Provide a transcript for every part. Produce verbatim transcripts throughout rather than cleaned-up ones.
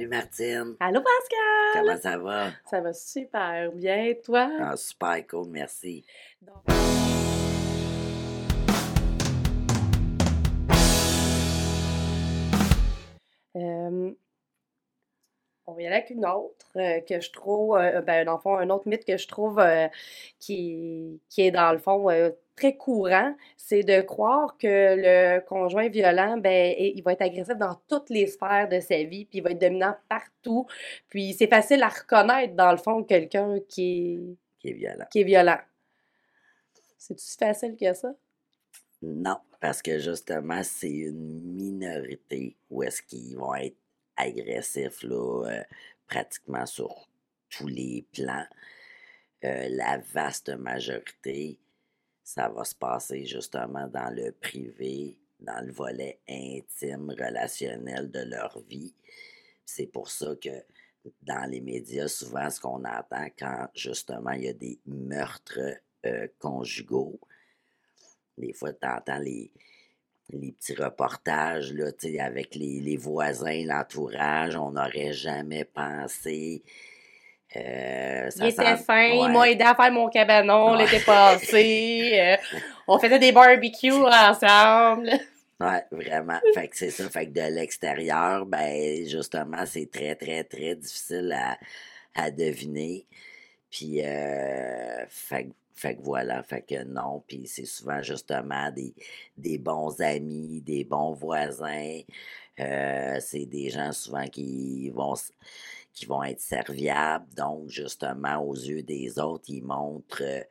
Salut Martine, Allô Pascal! comment ça va? Ça va super bien, toi? Ah, super cool, merci. Donc, euh, on va y aller avec une autre euh, que je trouve, euh, ben, dans le fond, un autre mythe que je trouve euh, qui, qui est dans le fond euh, très courant, c'est de croire que le conjoint violent, ben, il il va être agressif dans toutes les sphères de sa vie, puis il va être dominant partout, puis c'est facile à reconnaître, dans le fond, quelqu'un qui est, Qui est violent. qui est violent. C'est-tu si facile que ça? Non, parce que justement, c'est une minorité où est-ce qu'ils vont être agressifs, là, euh, pratiquement sur tous les plans. Euh, la vaste majorité, ça va se passer justement dans le privé, dans le volet intime, relationnel de leur vie. C'est pour ça que dans les médias, souvent, ce qu'on entend quand justement il y a des meurtres euh, conjugaux, des fois, tu entends les, les petits reportages là, tu sais, avec les, les voisins, l'entourage, on n'aurait jamais pensé. Euh, Il ça était sent. fin, il m'a Ouais, aidé à faire mon cabanon ouais. l'été passé. euh, on faisait des barbecues ensemble. Ouais, vraiment. Fait que c'est ça. Fait que de l'extérieur, ben, justement, c'est très, très, très difficile à, à deviner. Puis, euh, fait, que- fait que voilà. Fait que non. Puis c'est souvent, justement, des, des bons amis, des bons voisins. Euh, c'est des gens, souvent, qui vont, s- qui vont être serviables. Donc, justement, aux yeux des autres, ils montrent euh,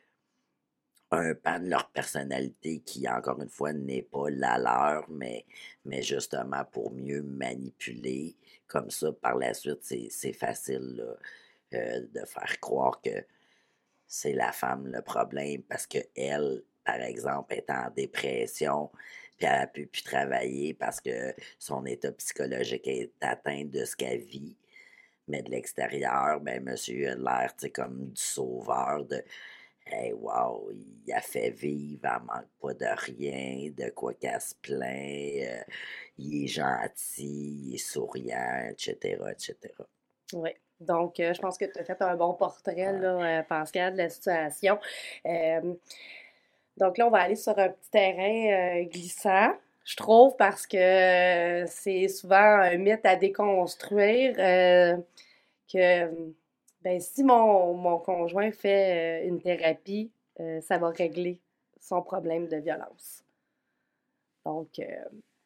un pan de leur personnalité qui, encore une fois, n'est pas la leur, mais, mais justement pour mieux manipuler. Comme ça, par la suite, c'est, c'est facile là, euh, de faire croire que c'est la femme le problème parce que elle, par exemple, est en dépression, puis elle ne peut plus travailler parce que son état psychologique est atteint de ce qu'elle vit. Mais de l'extérieur, ben, monsieur a l'air, tu sais, comme du sauveur de hey, wow, il a fait vivre, elle manque pas de rien, de quoi qu'elle se plaint, euh, il est gentil, il est souriant, et cetera, et cetera. Oui. Donc, euh, je pense que tu as fait un bon portrait, Ouais. là, euh, Pascal, de la situation. Euh, donc là, on va aller sur un petit terrain euh, glissant, je trouve, parce que euh, c'est souvent un mythe à déconstruire. euh, que ben, si mon, mon conjoint fait euh, une thérapie, euh, ça va régler son problème de violence. Donc, euh,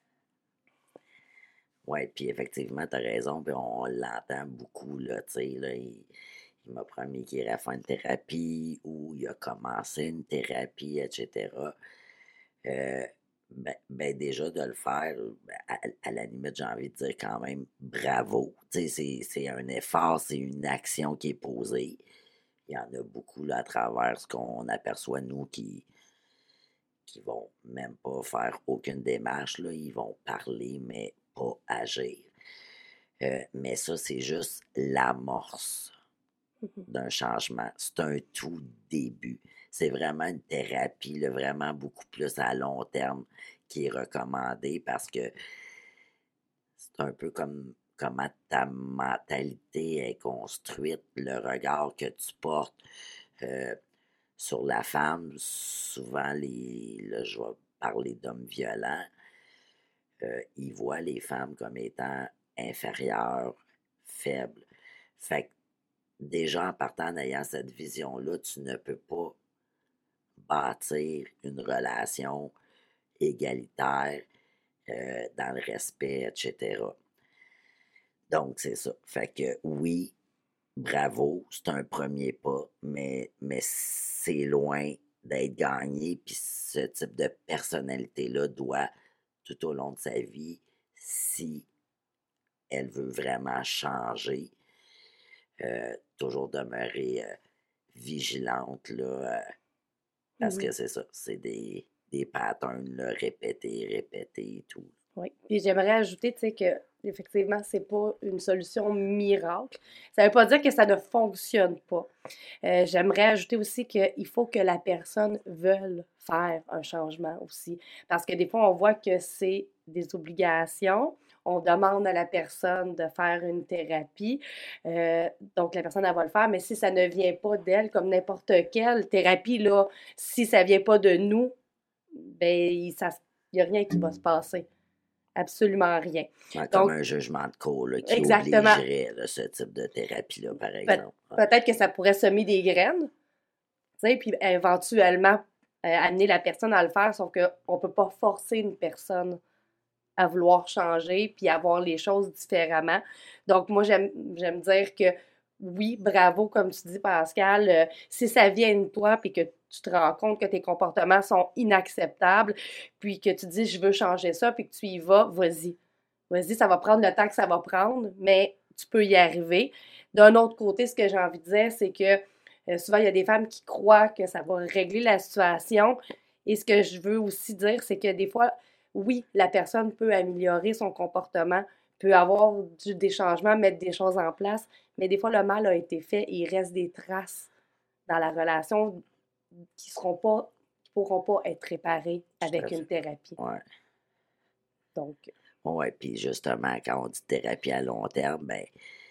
Ouais, puis effectivement, t'as raison, puis on l'entend beaucoup, là, tu sais, là, il, il m'a promis qu'il irait faire une thérapie ou il a commencé une thérapie, et cetera. Euh, ben, ben déjà de le faire, ben, à, à la limite, j'ai envie de dire quand même bravo. Tu sais, c'est, c'est un effort, c'est une action qui est posée. Il y en a beaucoup là, à travers ce qu'on aperçoit, nous, qui qui vont même pas faire aucune démarche, là. Ils vont parler, mais pas agir. Euh, mais ça, c'est juste l'amorce d'un changement. C'est un tout début. C'est vraiment une thérapie, là, vraiment beaucoup plus à long terme qui est recommandée parce que c'est un peu comme comment ta mentalité est construite, le regard que tu portes euh, sur la femme. Souvent, les, là, je vais parler d'hommes violents, euh, ils voient les femmes comme étant inférieures, faibles. Fait que déjà en partant en ayant cette vision-là, tu ne peux pas bâtir une relation égalitaire euh, dans le respect, et cetera. Donc, c'est ça. Fait que oui, bravo, c'est un premier pas, mais, mais c'est loin d'être gagné. Puis ce type de personnalité-là doit, tout au long de sa vie, si elle veut vraiment changer, euh, toujours demeurer euh, vigilante, là, euh, parce mhm. que c'est ça, c'est des, des patterns là, répétés, répétés et tout. Oui. Puis j'aimerais ajouter, tu sais, que effectivement, c'est pas une solution miracle. Ça veut pas dire que ça ne fonctionne pas. Euh, j'aimerais ajouter aussi qu'il faut que la personne veuille faire un changement aussi. Parce que des fois, on voit que c'est des obligations. on demande à la personne de faire une thérapie. Euh, donc, la personne, elle va le faire, mais si ça ne vient pas d'elle, comme n'importe quelle thérapie, là, si ça ne vient pas de nous, ben, il n'y a rien qui va se passer. Absolument rien. Ouais, comme Donc, un jugement de cours là, qui exactement. obligerait là, ce type de thérapie-là, par Pe- exemple. Ouais. peut-être que ça pourrait semer des graines, tu sais, puis éventuellement euh, amener la personne à le faire, sauf qu'on ne peut pas forcer une personne à vouloir changer puis à voir les choses différemment. Donc, moi, j'aime, j'aime dire que oui, bravo, comme tu dis, Pascal, euh, si ça vient de toi puis que tu te rends compte que tes comportements sont inacceptables, puis que tu dis je veux changer ça, puis que tu y vas, vas-y. Vas-y, ça va prendre le temps que ça va prendre, mais tu peux y arriver. D'un autre côté, ce que j'ai envie de dire, c'est que euh, souvent, il y a des femmes qui croient que ça va régler la situation. Et ce que je veux aussi dire, c'est que des fois, oui, la personne peut améliorer son comportement, peut avoir du, des changements, mettre des choses en place, mais des fois, le mal a été fait et il reste des traces dans la relation qui seront pas, qui pourront pas être réparées Tout à avec fait. une thérapie. Ouais. Donc, Ouais, puis justement, quand on dit thérapie à long terme, ben,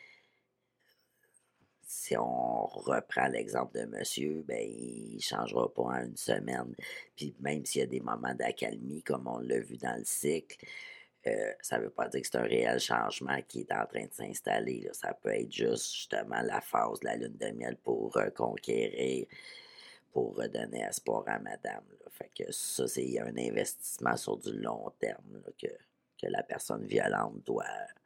si on reprend l'exemple de monsieur, ben, il ne changera pas en une semaine. Puis même s'il y a des moments d'accalmie, comme on l'a vu dans le cycle, euh, ça ne veut pas dire que c'est un réel changement qui est en train de s'installer. Là. Ça peut être juste justement la phase de la lune de miel pour reconquérir, pour redonner espoir à madame. Là. Fait que ça, c'est un investissement sur du long terme là, que, que la personne violente doit,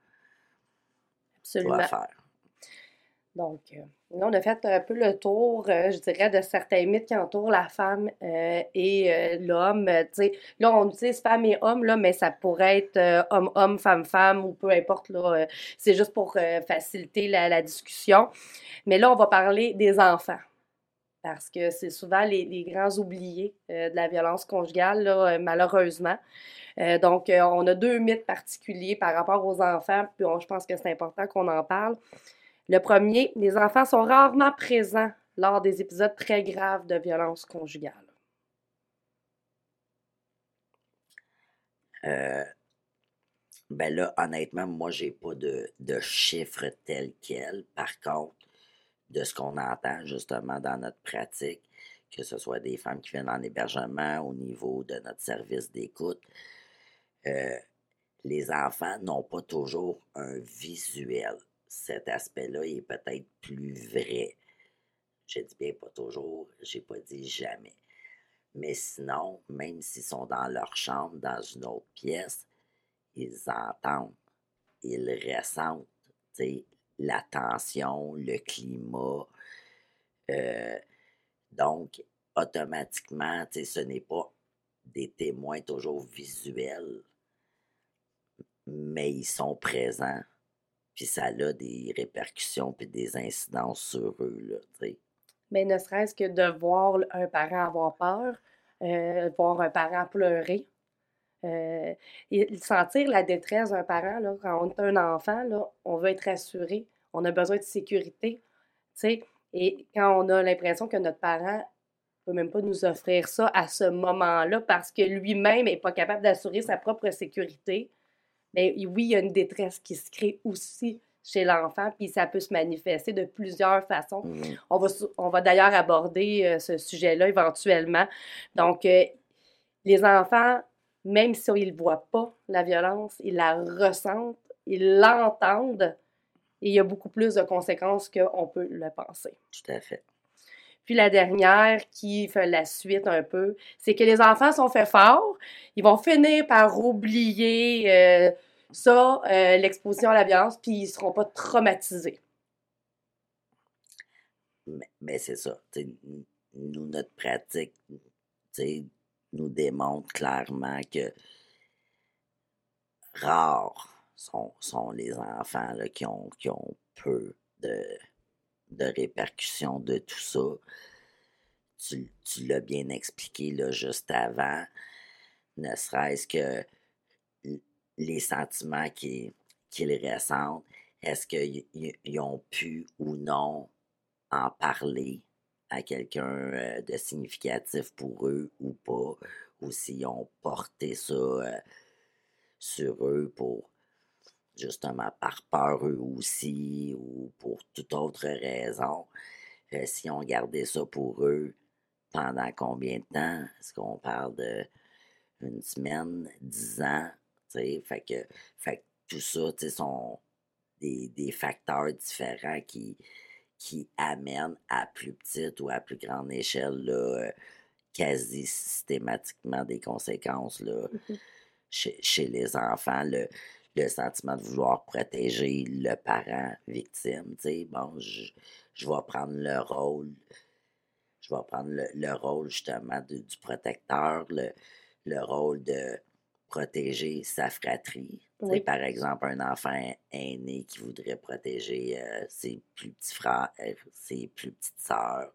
doit absolument. faire. Donc, euh, là, on a fait un peu le tour, euh, je dirais, de certains mythes qui entourent la femme euh, et euh, l'homme. Euh, tu sais, là, on utilise femme et homme, là, mais ça pourrait être euh, homme-homme, femme-femme ou peu importe. Là, euh, c'est juste pour euh, faciliter la, la discussion. Mais là, on va parler des enfants parce que c'est souvent les, les grands oubliés euh, de la violence conjugale, là, euh, malheureusement. Euh, donc, euh, on a deux mythes particuliers par rapport aux enfants, puis on- je pense que c'est important qu'on en parle. Le premier, les enfants sont rarement présents lors des épisodes très graves de violence conjugale. Euh, ben là, honnêtement, moi, j'ai pas de, de chiffres tels quels. Par contre, de ce qu'on entend justement dans notre pratique, que ce soit des femmes qui viennent en hébergement au niveau de notre service d'écoute, euh, les enfants n'ont pas toujours un visuel. Cet aspect-là est peut-être plus vrai. Je dis bien pas toujours, j'ai pas dit jamais. Mais sinon, même s'ils sont dans leur chambre, dans une autre pièce, ils entendent, ils ressentent t'sais, la tension, le climat. Euh, donc, automatiquement, t'sais, ce n'est pas des témoins toujours visuels, mais ils sont présents, puis ça a des répercussions puis des incidences sur eux, là, t'sais. Mais ne serait-ce que de voir un parent avoir peur, euh, voir un parent pleurer, euh, et sentir la détresse d'un parent, là, quand on est un enfant, là, on veut être rassuré, on a besoin de sécurité, tu sais. Et quand on a l'impression que notre parent ne peut même pas nous offrir ça à ce moment-là parce que lui-même n'est pas capable d'assurer sa propre sécurité, bien oui, il y a une détresse qui se crée aussi chez l'enfant, puis ça peut se manifester de plusieurs façons. Mhm. On va, on va d'ailleurs aborder euh, ce sujet-là éventuellement. Donc, euh, les enfants, même s'ils ne voient pas la violence, ils la ressentent, ils l'entendent, et il y a beaucoup plus de conséquences qu'on peut le penser. Tout à fait. Puis la dernière, qui fait la suite un peu, c'est que les enfants sont faits forts, ils vont finir par oublier euh, ça, euh, l'exposition à la violence, puis ils ne seront pas traumatisés. Mais, mais c'est ça. T'sais, nous, notre pratique t'sais, nous démontre clairement que rares sont, sont les enfants là, qui, ont, qui ont peu de, de répercussions de tout ça. Tu, tu l'as bien expliqué là, juste avant, ne serait-ce que les sentiments qu'ils qu'ils ressentent, est-ce qu'ils ont pu ou non en parler à quelqu'un euh, de significatif pour eux ou pas, ou s'ils ont porté ça euh, sur eux pour justement par peur eux aussi ou pour toute autre raison, euh, si on gardait ça pour eux, pendant combien de temps? Est-ce qu'on parle de une semaine, dix ans? T'sais, fait que, fait que tout ça, tu sais, sont des, des facteurs différents qui, qui amènent à plus petite ou à plus grande échelle, là, euh, quasi systématiquement des conséquences là, Mhm. chez, chez les enfants. Le, le sentiment de vouloir protéger le parent victime. Tu sais, bon, je, je vais prendre le rôle, je vais prendre le, le rôle justement de- du protecteur, le, le rôle de protéger sa fratrie. Tu sais, Oui. par exemple, un enfant aîné qui voudrait protéger euh, ses plus petits frères, ses plus petites sœurs.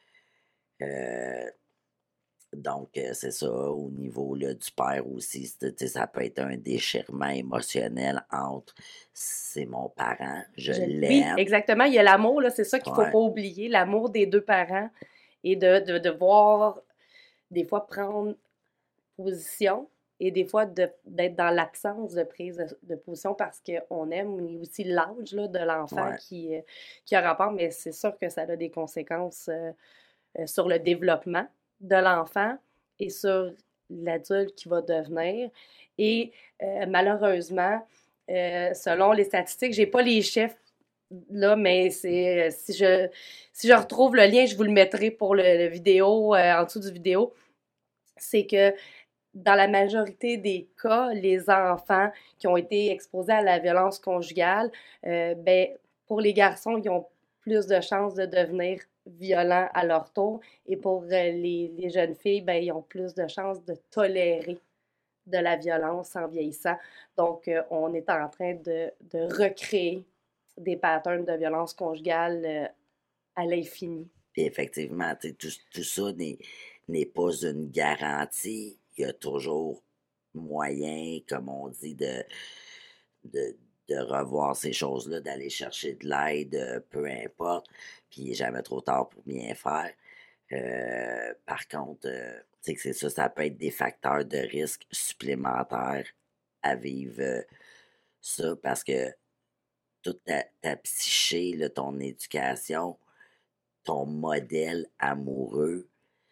Euh, donc, euh, c'est ça, au niveau là, du père aussi, c'est- tu sais, ça peut être un déchirement émotionnel entre c'est mon parent, je Je- oui, l'aime, exactement. Il y a l'amour, là, c'est ça qu'il ne faut ouais, pas oublier, l'amour des deux parents et de, de, de voir des fois prendre position et des fois de- d'être dans l'absence de prise de, de position parce qu'on aime. Il y a aussi l'âge là, de l'enfant ouais, qui, euh, qui a rapport, mais c'est sûr que ça a des conséquences euh, euh, sur le développement de l'enfant et sur l'adulte qui va devenir. Et euh, malheureusement, euh, selon les statistiques, j'ai pas les chiffres là, mais c'est si je si je retrouve le lien, je vous le mettrai pour le, le vidéo euh, en dessous du vidéo. C'est que dans la majorité des cas, les enfants qui ont été exposés à la violence conjugale, euh, ben, pour les garçons, ils ont plus de chances de devenir violents à leur tour. Et pour euh, les, les jeunes filles, ben, ils ont plus de chances de tolérer de la violence en vieillissant. Donc, euh, on est en train de, de recréer des patterns de violence conjugale euh, à l'infini. puis effectivement, tu sais, tout, tout ça n'est, n'est pas une garantie, il y a toujours moyen, comme on dit, de, de, de revoir ces choses-là, d'aller chercher de l'aide, euh, peu importe, puis il n'est jamais trop tard pour bien faire. Euh, par contre, euh, tu sais que c'est ça, ça peut être des facteurs de risque supplémentaires à vivre euh, ça parce que toute ta, ta psyché, là, ton éducation, ton modèle amoureux,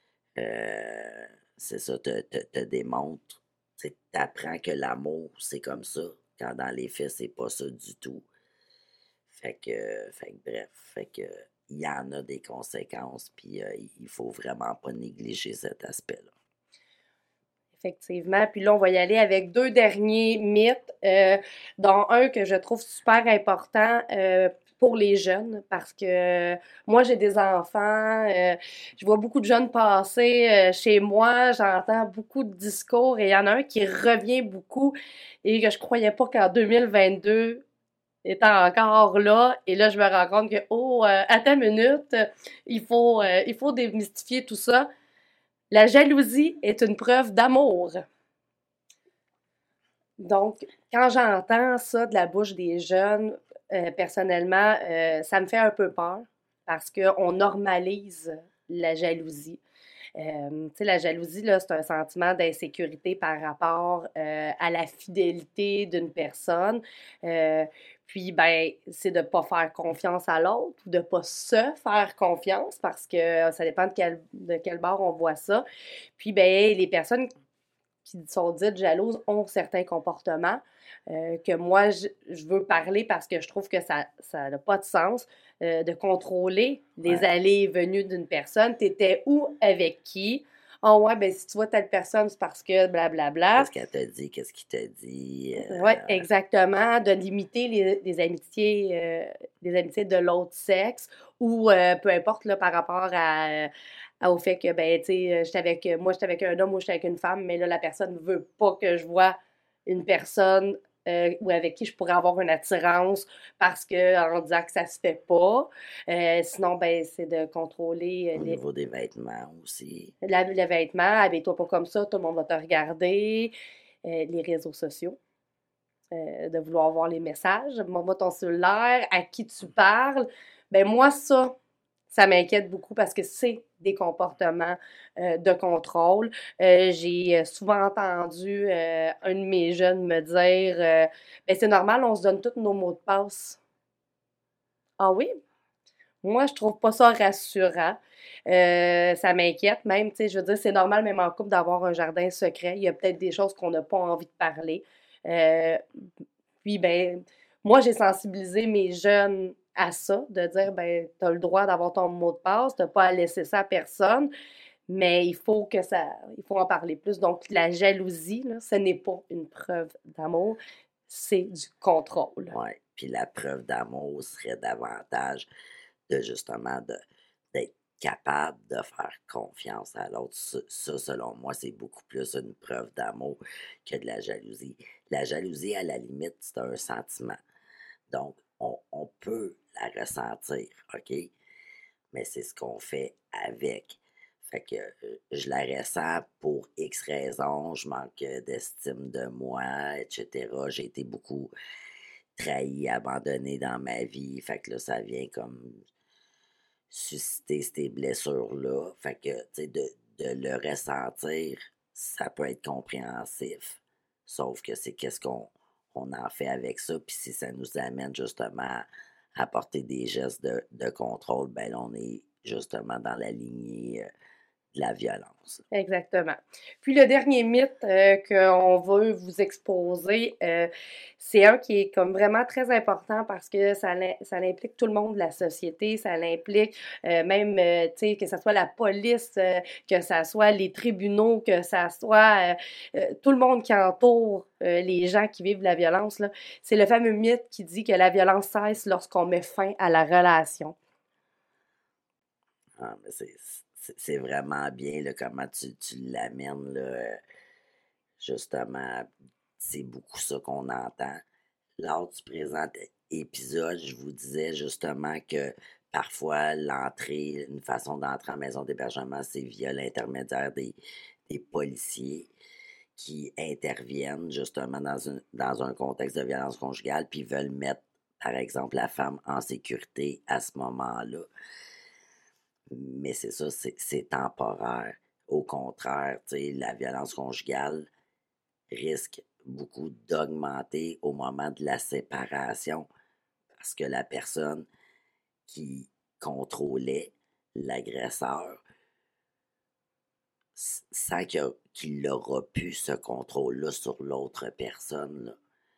euh, c'est ça, te, te, te démontre. Tu apprends que l'amour, c'est comme ça, quand dans les faits, c'est pas ça du tout. Fait que, fait que bref, fait que il y en a des conséquences, puis euh, il faut vraiment pas négliger cet aspect-là. Effectivement. Puis là, on va y aller avec deux derniers mythes, euh, dont un que je trouve super important euh, pour les jeunes, parce que moi, j'ai des enfants, euh, je vois beaucoup de jeunes passer euh, chez moi, j'entends beaucoup de discours, et il y en a un qui revient beaucoup et que je croyais pas qu'en deux mille vingt-deux était encore là. Et là, je me rends compte que, oh, euh, attends une minute, il faut, euh, il faut démystifier tout ça. La jalousie est une preuve d'amour. Donc, quand j'entends ça de la bouche des jeunes, euh, personnellement, euh, ça me fait un peu peur parce qu'on normalise la jalousie. Euh, tu sais, la jalousie, là, c'est un sentiment d'insécurité par rapport euh, à la fidélité d'une personne. Euh, puis, ben, c'est de ne pas faire confiance à l'autre ou de ne pas se faire confiance parce que ça dépend de quel, de quel bord on voit ça. Puis, ben, les personnes qui sont dites jalouses ont certains comportements euh, que moi, je, je, veux parler parce que je trouve que ça ça n'a pas de sens euh, de contrôler les Ouais. allées et venues d'une personne. Tu étais où, avec qui? Oh ouais, ben si tu vois telle personne, c'est parce que blablabla. Qu'est-ce qu'elle t'a dit, qu'est-ce qu'il t'a dit? Oui, Euh, exactement. De limiter les, les amitiés, euh, les amitiés de l'autre sexe ou euh, peu importe là, par rapport à, à- au fait que, ben, tu sais, j'étais avec, moi, j'étais avec un homme ou j'étais avec une femme, mais là, la personne ne veut pas que je vois une personne euh, ou avec qui je pourrais avoir une attirance parce que en disant que ça se fait pas. Euh, sinon, ben, c'est de contrôler au les, niveau des vêtements aussi. la- les vêtements. Habille-toi pas comme ça, tout le monde va te regarder. Euh, les réseaux sociaux. Euh, de vouloir voir les messages, montre-moi ton cellulaire, à qui tu parles. Ben moi, ça, Ça m'inquiète beaucoup parce que c'est des comportements euh, de contrôle. Euh, j'ai souvent entendu euh, un de mes jeunes me dire euh, ben, c'est normal, on se donne tous nos mots de passe. Ah oui? Moi, je trouve pas ça rassurant. Euh, ça m'inquiète même, tu sais, je veux dire, c'est normal même en couple d'avoir un jardin secret. Il y a peut-être des choses qu'on n'a pas envie de parler. Euh, Puis, ben, moi, j'ai sensibilisé mes jeunes à ça, de dire, ben, tu as le droit d'avoir ton mot de passe, tu n'as pas à laisser ça à personne, mais il faut que ça, il faut en parler plus. Donc, la jalousie, là, ce n'est pas une preuve d'amour, c'est du contrôle. Oui, puis la preuve d'amour serait davantage de justement de, d'être capable de faire confiance à l'autre. Ça, ça, selon moi, c'est beaucoup plus une preuve d'amour que de la jalousie. La jalousie, à la limite, c'est un sentiment. Donc, on, on peut la ressentir, OK? Mais c'est ce qu'on fait avec. Fait que euh, je la ressens pour X raisons, je manque d'estime de moi, et cetera. J'ai été beaucoup trahi, abandonné dans ma vie. Fait que là, ça vient comme susciter ces blessures-là. Fait que, tu sais, de, de le ressentir, ça peut être compréhensif. Sauf que c'est qu'est-ce qu'on on en fait avec ça. Puis si ça nous amène justement à porter des gestes de, de contrôle, ben là, on est justement dans la lignée euh, de la violence. Exactement. Puis le dernier mythe euh, qu'on veut vous exposer, euh, c'est un qui est comme vraiment très important parce que ça, l'im- ça implique tout le monde de la société, ça l'implique euh, même, euh, tu sais, que ce soit la police, euh, que ce soit les tribunaux, que ce soit euh, euh, tout le monde qui entoure euh, les gens qui vivent la violence, là. C'est le fameux mythe qui dit que la violence cesse lorsqu'on met fin à la relation. Ah, mais c'est, c'est, c'est vraiment bien là, comment tu, tu l'amènes. Là, euh, justement, c'est beaucoup ça qu'on entend. Lors du présent épisode, je vous disais justement que parfois l'entrée, une façon d'entrer en maison d'hébergement, c'est via l'intermédiaire des, des policiers qui interviennent justement dans, une, dans un contexte de violence conjugale, puis veulent mettre, par exemple, la femme en sécurité à ce moment-là. Mais c'est ça, c'est, c'est temporaire. Au contraire, tu sais, la violence conjugale risque beaucoup d'augmenter au moment de la séparation parce que la personne qui contrôlait l'agresseur sent qu'il aura plus ce contrôle-là sur l'autre personne. Là.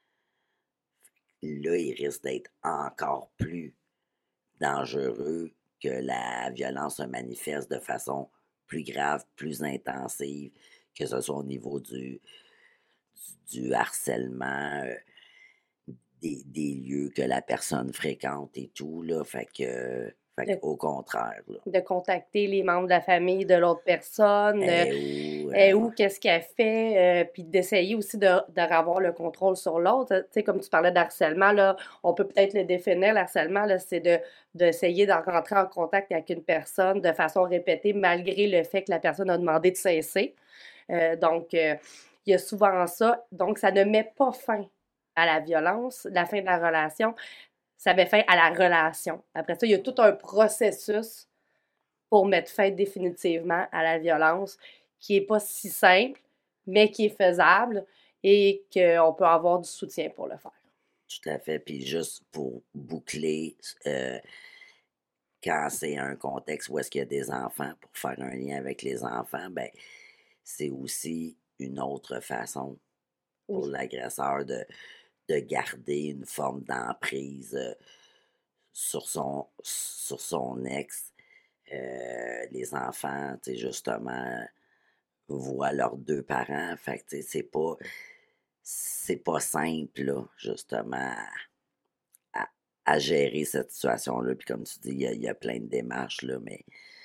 là, il risque d'être encore plus dangereux que la violence se manifeste de façon plus grave, plus intensive, que ce soit au niveau du, du, du harcèlement, euh, des, des lieux que la personne fréquente et tout, là. Fait que, fait De, qu'au contraire, là. de contacter les membres de la famille de l'autre personne, euh, Eh, où, est euh, où, qu'est-ce qu'elle fait, euh, puis d'essayer aussi de, de avoir le contrôle sur l'autre. Tu sais, comme tu parlais d'harcèlement, là, on peut peut-être le définir, l'harcèlement, là, c'est de, d'essayer de rentrer en contact avec une personne de façon répétée, malgré le fait que la personne a demandé de cesser. Euh, donc, euh, il y a souvent ça. Donc, ça ne met pas fin à la violence, la fin de la relation, ça met fin à la relation. Après ça, il y a tout un processus pour mettre fin définitivement à la violence, qui n'est pas si simple, mais qui est faisable et qu'on peut avoir du soutien pour le faire. tout à fait. Puis juste pour boucler, euh, quand c'est un contexte où est-ce qu'il y a des enfants, pour faire un lien avec les enfants, ben c'est aussi une autre façon pour Oui, l'agresseur de, de garder une forme d'emprise euh, sur son, sur son ex. Euh, les enfants, tu sais, justement, voient leurs deux parents. Fait que, tu sais, c'est pas, c'est pas simple, là, justement, à, à gérer cette situation-là. Puis comme tu dis, il y a, il y a plein de démarches, là, mais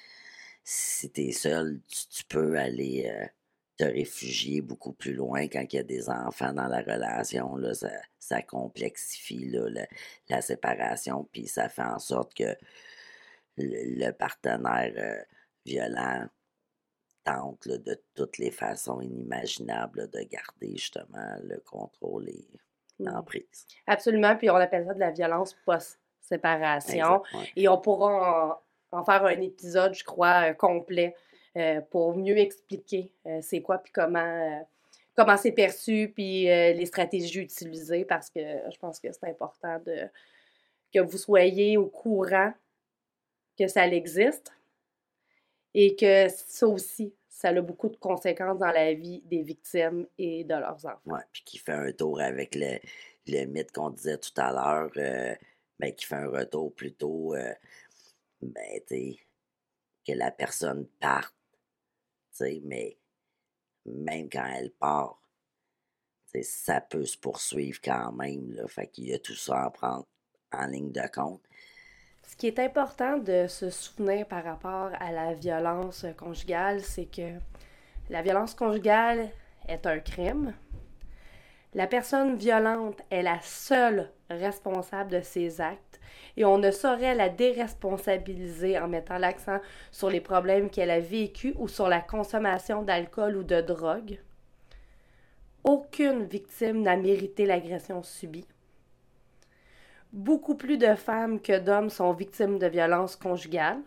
si t'es seul, tu, tu peux aller euh, te réfugier beaucoup plus loin quand il y a des enfants dans la relation. Là, ça, ça complexifie là, la, la séparation, puis ça fait en sorte que le, le partenaire euh, violent tente là, de toutes les façons inimaginables là, de garder justement le contrôle et mhm. l'emprise. Absolument. Puis on appelle ça de la violence post-séparation. Exact, ouais. Et on pourra en faire un épisode, je crois, euh, complet euh, pour mieux expliquer euh, c'est quoi puis comment, euh, comment c'est perçu puis euh, les stratégies utilisées parce que je pense que c'est important de que vous soyez au courant que ça existe et que ça aussi, ça a beaucoup de conséquences dans la vie des victimes et de leurs enfants. Ouais, puis qui fait un tour avec le, le mythe qu'on disait tout à l'heure, euh, ben, qui fait un retour plutôt, euh, ben, tu sais, que la personne parte, tu sais, mais même quand elle part, tu sais, ça peut se poursuivre quand même, là, fait qu'il y a tout ça à prendre en ligne de compte. Ce qui est important de se souvenir par rapport à la violence conjugale, c'est que la violence conjugale est un crime. La personne violente est la seule responsable de ses actes et on ne saurait la déresponsabiliser en mettant l'accent sur les problèmes qu'elle a vécus ou sur la consommation d'alcool ou de drogue. Aucune victime n'a mérité l'agression subie. Beaucoup plus de femmes que d'hommes sont victimes de violences conjugales.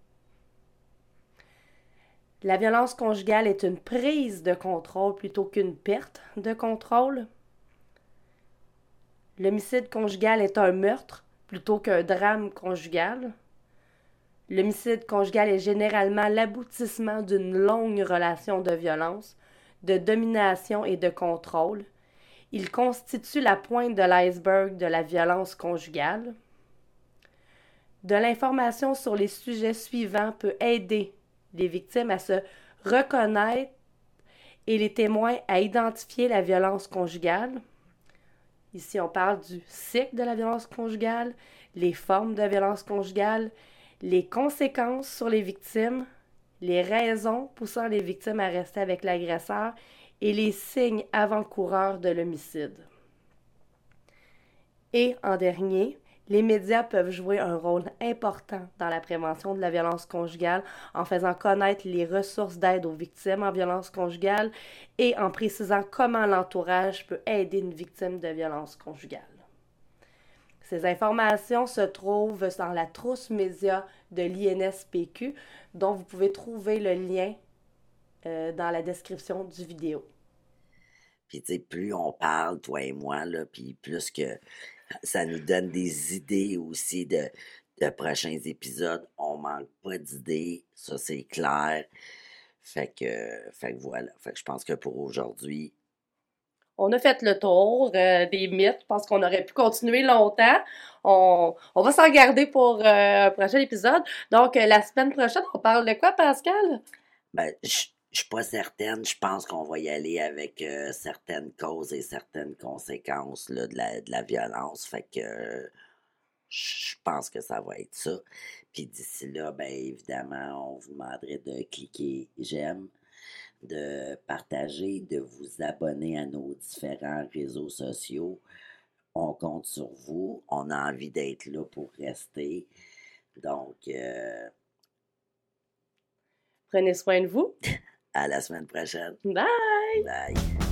La violence conjugale est une prise de contrôle plutôt qu'une perte de contrôle. L'homicide conjugal est un meurtre plutôt qu'un drame conjugal. L'homicide conjugal est généralement l'aboutissement d'une longue relation de violence, de domination et de contrôle. Il constitue la pointe de l'iceberg de la violence conjugale. De l'information sur les sujets suivants peut aider les victimes à se reconnaître et les témoins à identifier la violence conjugale. Ici, on parle du cycle de la violence conjugale, les formes de violence conjugale, les conséquences sur les victimes, les raisons poussant les victimes à rester avec l'agresseur et les signes avant-coureurs de l'homicide. Et en dernier, les médias peuvent jouer un rôle important dans la prévention de la violence conjugale en faisant connaître les ressources d'aide aux victimes en violence conjugale et en précisant comment l'entourage peut aider une victime de violence conjugale. Ces informations se trouvent dans la trousse média de l'I N S P Q, dont vous pouvez trouver le lien euh, dans la description du vidéo. Puis, tu sais, plus on parle, toi et moi, là, puis plus que ça nous donne des idées aussi de, de prochains épisodes. On manque pas d'idées, ça c'est clair. Fait que, fait que voilà. Fait que je pense que pour aujourd'hui, on a fait le tour euh, des mythes. Je pense qu'on aurait pu continuer longtemps. On, on va s'en garder pour euh, un prochain épisode. Donc, euh, la semaine prochaine, on parle de quoi, Pascal? Ben, je je suis pas certaine. Je pense qu'on va y aller avec euh, certaines causes et certaines conséquences là, de, la, de la violence. Fait que euh, je pense que ça va être ça. Puis d'ici là, ben évidemment, on vous demanderait de cliquer j'aime, de partager, de vous abonner à nos différents réseaux sociaux. On compte sur vous. On a envie d'être là pour rester. Donc, euh, Prenez soin de vous. à la semaine prochaine. Bye! Bye!